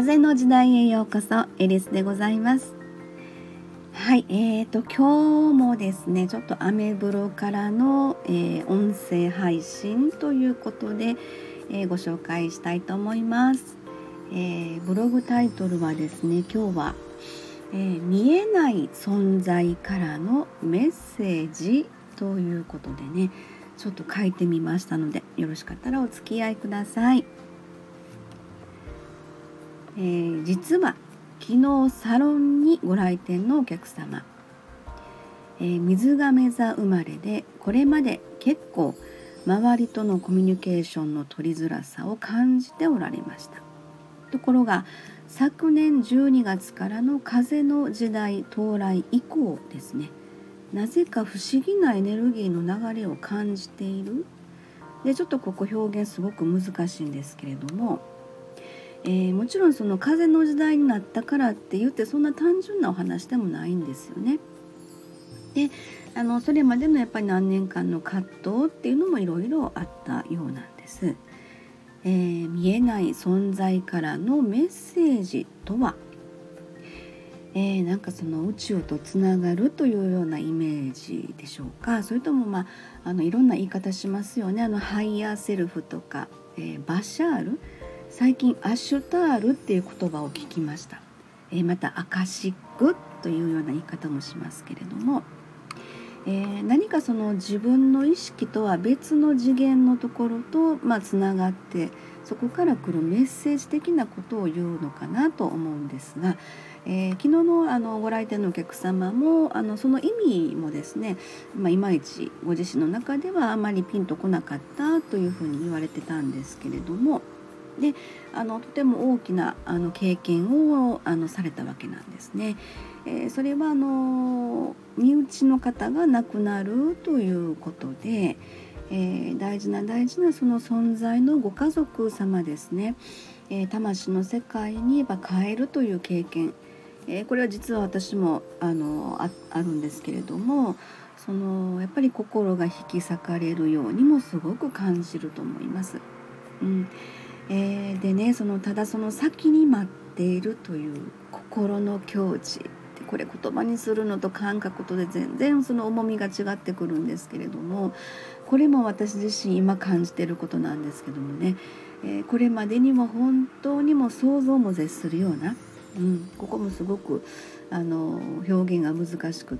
風の時代へようこそ。エリスでございます。はい、今日もですね、ちょっとアメブロからの、音声配信ということで、ご紹介したいと思います。ブログタイトルはですね、今日は、見えない存在からのメッセージということでね、ちょっと書いてみましたので、よろしかったらお付き合いください。実は昨日サロンにご来店のお客様、水亀座生まれで、これまで結構周りとのコミュニケーションの取りづらさを感じておられました。ところが昨年12月からの風の時代到来以降ですね、なぜか不思議なエネルギーの流れを感じている。で、ちょっとここ表現すごく難しいんですけれども、もちろんその風の時代になったからって言ってそんな単純なお話でもないんですよね。で、それまでのやっぱり何年間の葛藤っていうのもいろいろあったようなんです。見えない存在からのメッセージとは、なんかその宇宙とつながるというようなイメージでしょうか。それともいろんな言い方しますよね。ハイヤーセルフとか、バシャール、最近アシュタールっていう言葉を聞きました。またアカシックというような言い方もしますけれども、何かその自分の意識とは別の次元のところとつながって、そこから来るメッセージ的なことを言うのかなと思うんですが、昨日のご来店のお客様もその意味もですね、いまいちご自身の中ではあまりピンとこなかったというふうに言われてたんですけれども、でとても大きな経験をされたわけなんですね。それは身内の方が亡くなるということで、大事なその存在のご家族様ですね、魂の世界に変えるという経験、これは実は私もあるんですけれども、やっぱり心が引き裂かれるようにもすごく感じると思います。でね、ただその先に待っているという心の境地、これ言葉にするのと感覚とで全然その重みが違ってくるんですけれども、これも私自身今感じていることなんですけどもね、これまでにも本当にも想像も絶するような、ここもすごく表現が難しくって、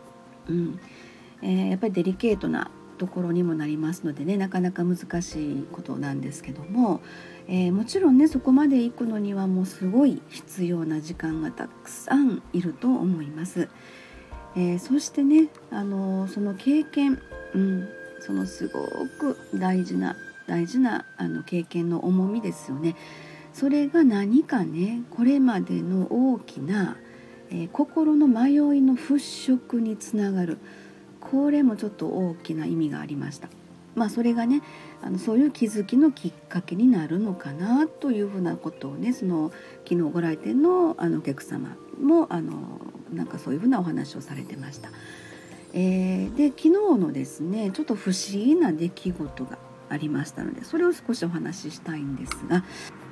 やっぱりデリケートなところにもなりますのでね、なかなか難しいことなんですけども、もちろんね、そこまで行くのにはもうすごい必要な時間がたくさんいると思います。そしてね、その経験、そのすごく大事な経験の重みですよね。それが何かね、これまでの大きな、心の迷いの払拭につながる。これもちょっと大きな意味がありました。それがね、そういう気づきのきっかけになるのかなというふうなことをね、昨日ご来店のお客様もなんかそういうふうなお話をされてました。で、昨日のですね、ちょっと不思議な出来事がありましたので、それを少しお話ししたいんですが、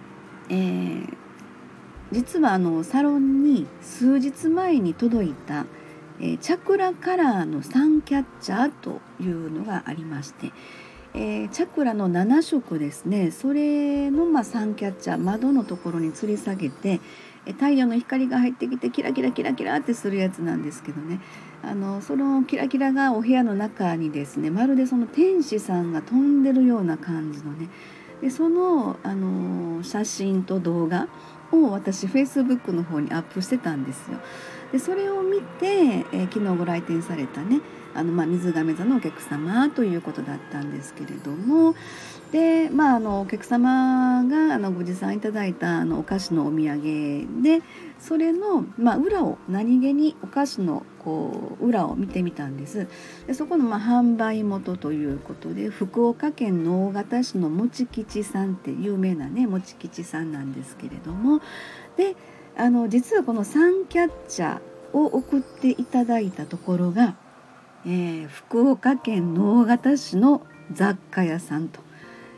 実はサロンに数日前に届いたチャクラカラーのサンキャッチャーというのがありまして、チャクラの7色ですね、それのサンキャッチャー、窓のところに吊り下げて、太陽の光が入ってきてキラキラキラキラってするやつなんですけどね、そのキラキラがお部屋の中にですね、まるでその天使さんが飛んでるような感じのね、でその、写真と動画を私 Facebook の方にアップしてたんですよ。でそれを見て、昨日ご来店されたね、水亀座のお客様ということだったんですけれども、で、お客様がご持参いただいたお菓子のお土産で、それの、裏を何気にお菓子の裏を見てみたんです。でそこの販売元ということで、福岡県の大潟市のもち吉さんって有名なね、もち吉さんなんですけれども、で実はこのサンキャッチャーを送っていただいたところが、福岡県の大潟市の雑貨屋さんと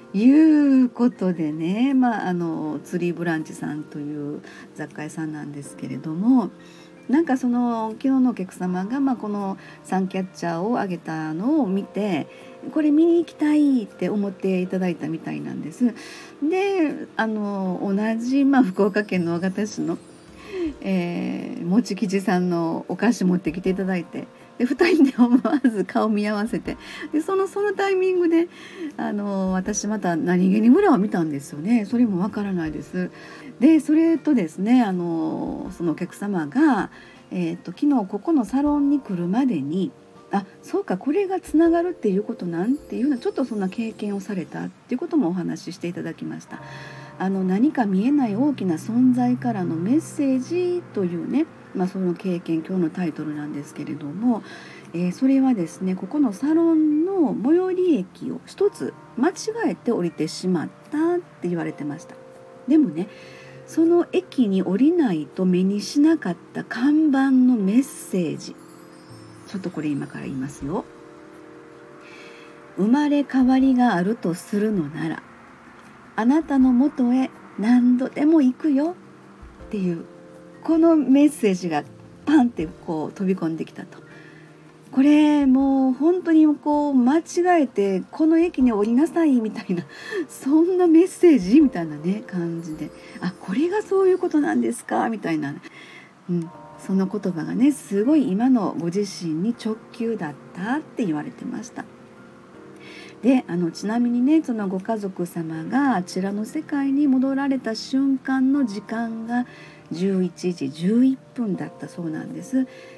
いうことでね、ツリーブランチさんという雑貨屋さんなんですけれども、なんかその昨日のお客様が、このサンキャッチャーをあげたのを見て、これ見に行きたいって思っていただいたみたいなんです。で同じ、福岡県の若田市の、もち吉さんのお菓子持ってきていただいて、で2人で思わず顔見合わせて、でそのタイミングで私また何気に裏を見たんですよね。それもわからないです。でそれとですね、そのお客様が、昨日ここのサロンに来るまでに、そうか、これがつながるっていうことなんていうのは、ちょっとそんな経験をされたっていうこともお話ししていただきました。何か見えない大きな存在からのメッセージというね、その経験、今日のタイトルなんですけれども、それはですね、ここのサロンの最寄り駅を一つ間違えて降りてしまったって言われてました。でもね、その駅に降りないと目にしなかった看板のメッセージ、ちょっとこれ今から言いますよ。生まれ変わりがあるとするのなら、あなたのもとへ何度でも行くよっていう、このメッセージがパンってこう飛び込んできたと。これもう本当にこう間違えてこの駅に降りなさいみたいな、そんなメッセージみたいなね感じで、これがそういうことなんですかみたいな、その言葉がね、すごい今のご自身に直球だったって言われてました。でちなみにね、そのご家族様があちらの世界に戻られた瞬間の時間が11時11分だったそうなんです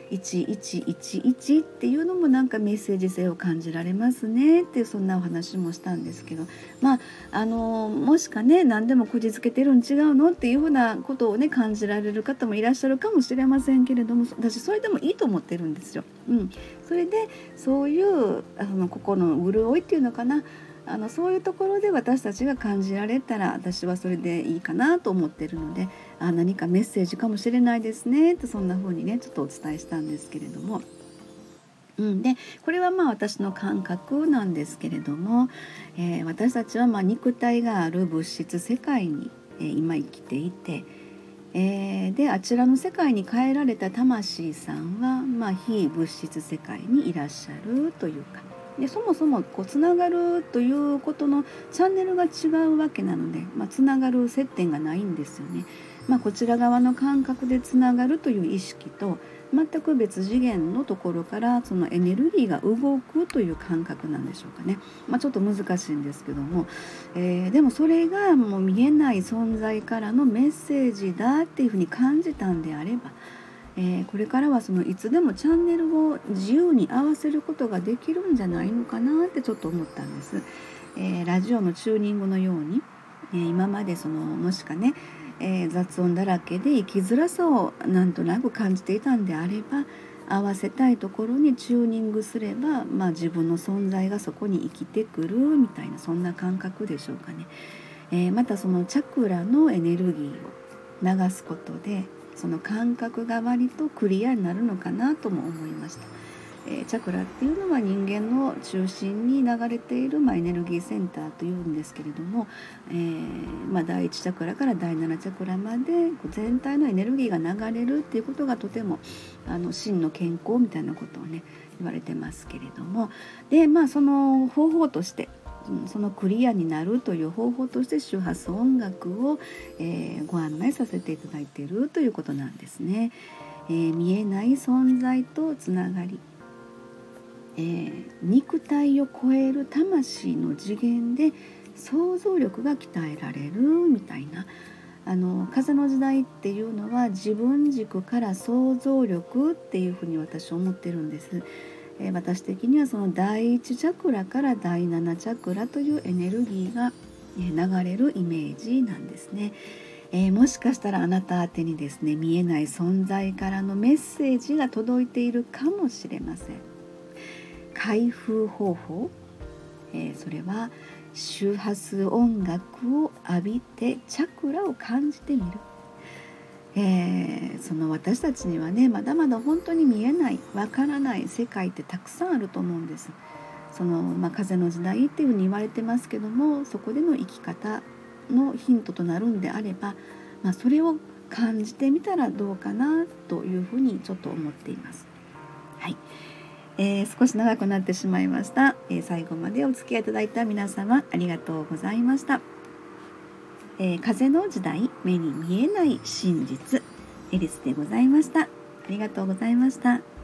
。1111っていうのもなんかメッセージ性を感じられますねっていう、そんなお話もしたんですけど、もしかね、何でもこじつけてるん違うのっていうふうなことをね感じられる方もいらっしゃるかもしれませんけれども、私それでもいいと思ってるんですよ。それでそういう心の潤いっていうのかな、そういうところで私たちが感じられたら、私はそれでいいかなと思ってるので、何かメッセージかもしれないですねと、そんな風にねちょっとお伝えしたんですけれども、でこれは私の感覚なんですけれども、私たちは肉体がある物質世界に、今生きていて、であちらの世界に帰られた魂さんは、非物質世界にいらっしゃるというか、でそもそもこうつながるということのチャンネルが違うわけなので、つながる接点がないんですよね。こちら側の感覚でつながるという意識と、全く別次元のところからそのエネルギーが動くという感覚なんでしょうかね。ちょっと難しいんですけども、でもそれがもう見えない存在からのメッセージだっていうふうに感じたんであれば、これからはそのいつでもチャンネルを自由に合わせることができるんじゃないのかなってちょっと思ったんです。ラジオのチューニングのように、今までもしかね、雑音だらけで生きづらさをなんとなく感じていたんであれば、合わせたいところにチューニングすれば、自分の存在がそこに生きてくるみたいな、そんな感覚でしょうかね。またそのチャクラのエネルギーを流すことで、その感覚が割とクリアになるのかなとも思いました。チャクラっていうのは人間の中心に流れている、エネルギーセンターというんですけれども、第1チャクラから第7チャクラまで全体のエネルギーが流れるっていうことがとても真の健康みたいなことをね言われてますけれども、でその方法として、そのクリアになるという方法として周波数音楽を、ご案内させていただいているということなんですね。見えない存在とつながり、肉体を超える魂の次元で想像力が鍛えられるみたいな、風の時代っていうのは自分軸から想像力っていうふうに私は思ってるんです。私的にはその第1チャクラから第7チャクラというエネルギーが流れるイメージなんですね。もしかしたらあなた宛てにですね、見えない存在からのメッセージが届いているかもしれません。開封方法、それは周波数音楽を浴びてチャクラを感じてみる。その私たちにはね、まだまだ本当に見えない、わからない世界ってたくさんあると思うんです。 風の時代っていうふうに言われてますけども、そこでの生き方のヒントとなるんであれば、それを感じてみたらどうかなというふうにちょっと思っています。はい、少し長くなってしまいました。最後までお付き合いいただいた皆様ありがとうございました。風の時代、目に見えない真実、エリスでございました。ありがとうございました。